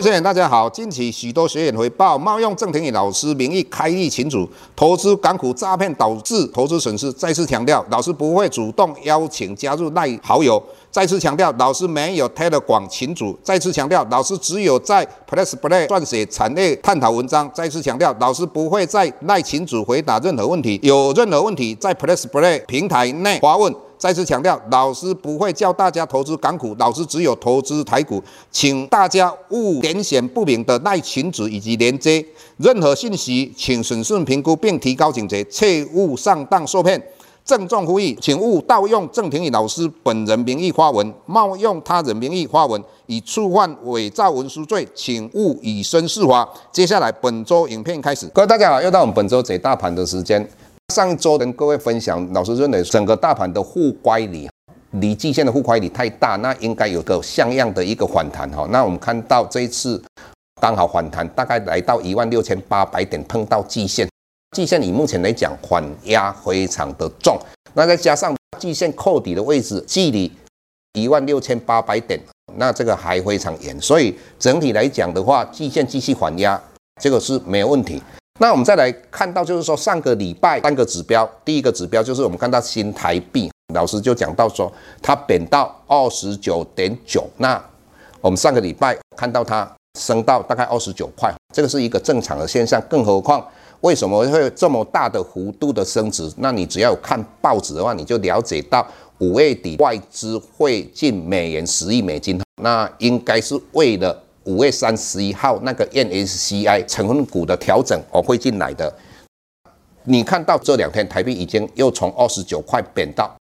学员大家好，近期许多学员回报冒用郑庭宇老师名义开立群组，投资港股诈骗导致投资损失。再次强调，老师不会主动邀请加入赖好友。再次强调，老师没有 Telegram 群组。再次强调，老师只有在 PressPlay 撰写产业探讨文章。再次强调，老师不会在赖群组回答任何问题，有任何问题在 PressPlay 平台内发问。再次强调，老师不会教大家投资港股，老师只有投资台股，请大家勿点选不明的赖群组以及连接，任何信息请审慎评估并提高警觉，切勿上当受骗。郑重呼吁，请勿盗用郑庭宇老师本人名义发文，冒用他人名义发文，以触犯伪造文书罪，请勿以身试法。接下来本周影片开始，各位大家好，又到我们本周解大盘的时间。上一周跟各位分享，老师认为整个大盘的互乖离，离季线的互乖离太大，那应该有个像样的一个反弹哈。那我们看到这一次刚好反弹，大概来到16800点，碰到季线。季线以目前来讲，反压非常的重，那再加上季线扣底的位置距离16800点，那这个还非常远，所以整体来讲的话，季线继续反压，这个是没有问题。那我们再来看到，就是说上个礼拜3个指标，第一个指标就是我们看到新台币，老师就讲到说它贬到29.9，那我们上个礼拜看到它升到大概29块，这个是一个正常的现象，更何况为什么会有这么大的幅度的升值？那你只要有看报纸的话，你就了解到5月底外资汇进美元10亿美金，那应该是为了5月31号那个 MSCI 成分股的调整会进来的。你看到这2天台币已经又从29块贬到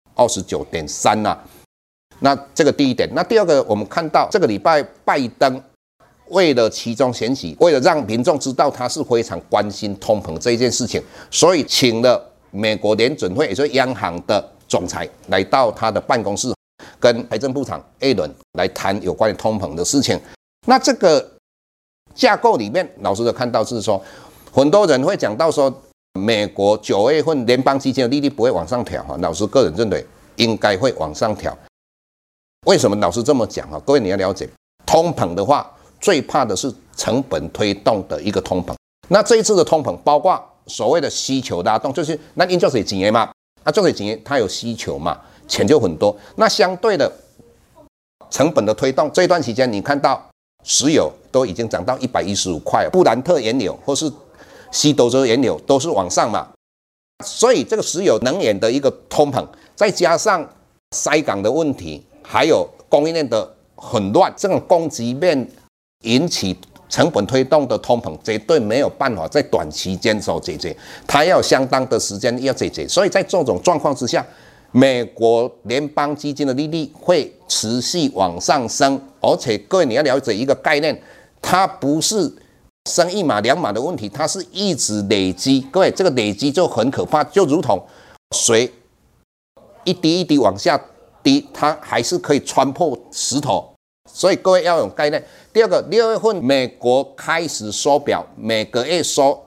29.3了，那这个第一点。那第二个，我们看到这个礼拜拜登为了期中选举，为了让民众知道他是非常关心通膨这一件事情，所以请了美国联准会，也就是央行的总裁来到他的办公室，跟财政部长耶伦来谈有关于通膨的事情。那这个架构里面，老师就看到是说，很多人会讲到说，美国9月份联邦基金的利率不会往上调，老师个人认为应该会往上调。为什么老师这么讲？各位你要了解，通膨的话，最怕的是成本推动的一个通膨。那这一次的通膨，包括所谓的需求拉动，就是那因就是钱嘛，就是钱，它有需求嘛，钱就很多。那相对的成本的推动，这一段期间你看到石油都已经涨到115块，布兰特原油或是西德州原油都是往上嘛，所以这个石油能源的一个通膨，再加上塞港的问题，还有供应链的很乱，这种供给面引起成本推动的通膨，绝对没有办法在短期间所解决，它要有相当的时间要解决。所以在这种状况之下，美国联邦基金的利率会持续往上升，而且各位你要了解一个概念，它不是升1码2码的问题，它是一直累积。各位，这个累积就很可怕，就如同水一滴一滴往下滴，它还是可以穿破石头。所以各位要有概念。第二个，6月份美国开始收表，每个月收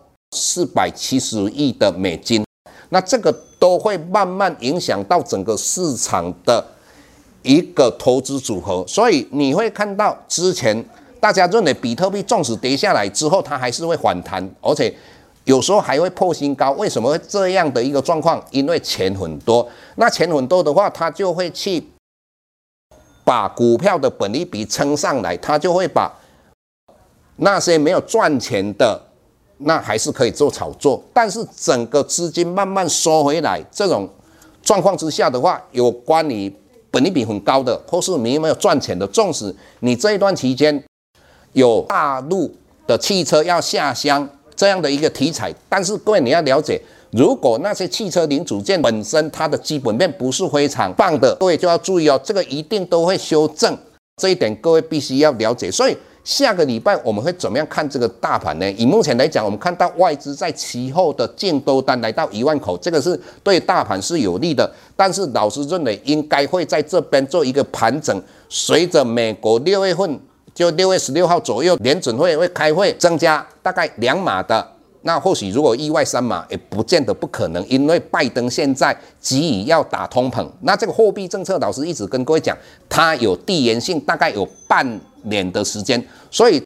470亿的美金，那这个都会慢慢影响到整个市场的一个投资组合。所以你会看到之前大家认为比特币纵使跌下来之后，它还是会反弹，而且有时候还会破新高。为什么会这样的一个状况？因为钱很多，那钱很多的话，它就会去把股票的本益比撑上来，它就会把那些没有赚钱的，那还是可以做炒作。但是整个资金慢慢收回来，这种状况之下的话，有关于本益比很高的，或是你有没有赚钱的，纵使你这一段期间有大陆的汽车要下乡这样的一个题材，但是各位你要了解，如果那些汽车零组件本身它的基本面不是非常棒的，各位就要注意哦，这个一定都会修正，这一点各位必须要了解。所以下个礼拜我们会怎么样看这个大盘呢？以目前来讲，我们看到外资在期后的净多单来到1万口，这个是对大盘是有利的。但是老师认为应该会在这边做一个盘整，随着美国6月份就6月16号左右联准会开会，增加大概2码的。那或许如果意外3码也不见得不可能，因为拜登现在急于要打通膨，那这个货币政策老师一直跟各位讲，它有递延性，大概有半年的时间，所以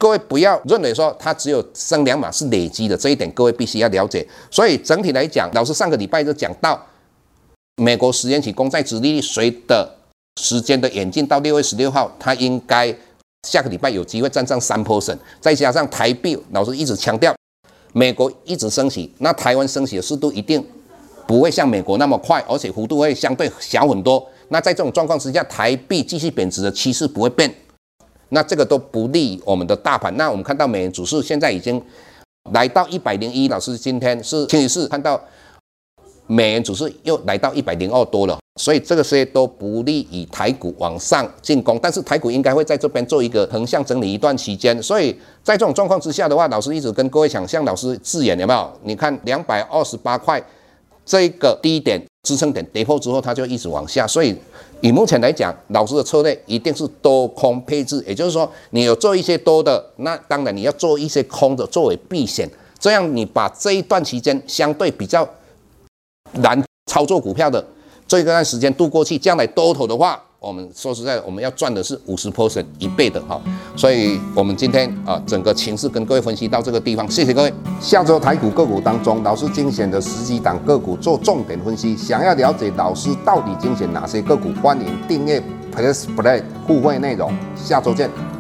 各位不要认为说它只有升2码是累积的，这一点各位必须要了解。所以整体来讲，老师上个礼拜就讲到，美国10年期公债殖利率随着时间的演进，到6月16号，它应该下个礼拜有机会站上3%，再加上台币，老师一直强调，美国一直升息，那台湾升息的速度一定不会像美国那么快，而且幅度会相对小很多。那在这种状况之下，台币继续贬值的趋势不会变。那这个都不利于我们的大盘。那我们看到美元指数现在已经来到101，老师今天是星期四，看到美元指数又来到102多了，所以这个些都不利于台股往上进攻。但是台股应该会在这边做一个横向整理一段期间，所以在这种状况之下的话，老师一直跟各位讲，像老师字眼有没有？你看228块这个低点支撑点跌破之后，它就一直往下，所以以目前来讲，老师的策略一定是多空配置，也就是说，你有做一些多的，那当然你要做一些空的作为避险，这样你把这一段期间相对比较难操作股票的这一段时间度过去，将来多头的话，我们说实在的，我们要赚的是50%一倍的哈。所以我们今天整个情势跟各位分析到这个地方，谢谢各位。下周台股个股当中，老师精选的10几档个股做重点分析。想要了解老师到底精选哪些个股，欢迎订阅 Plus Play 互惠内容。下周见。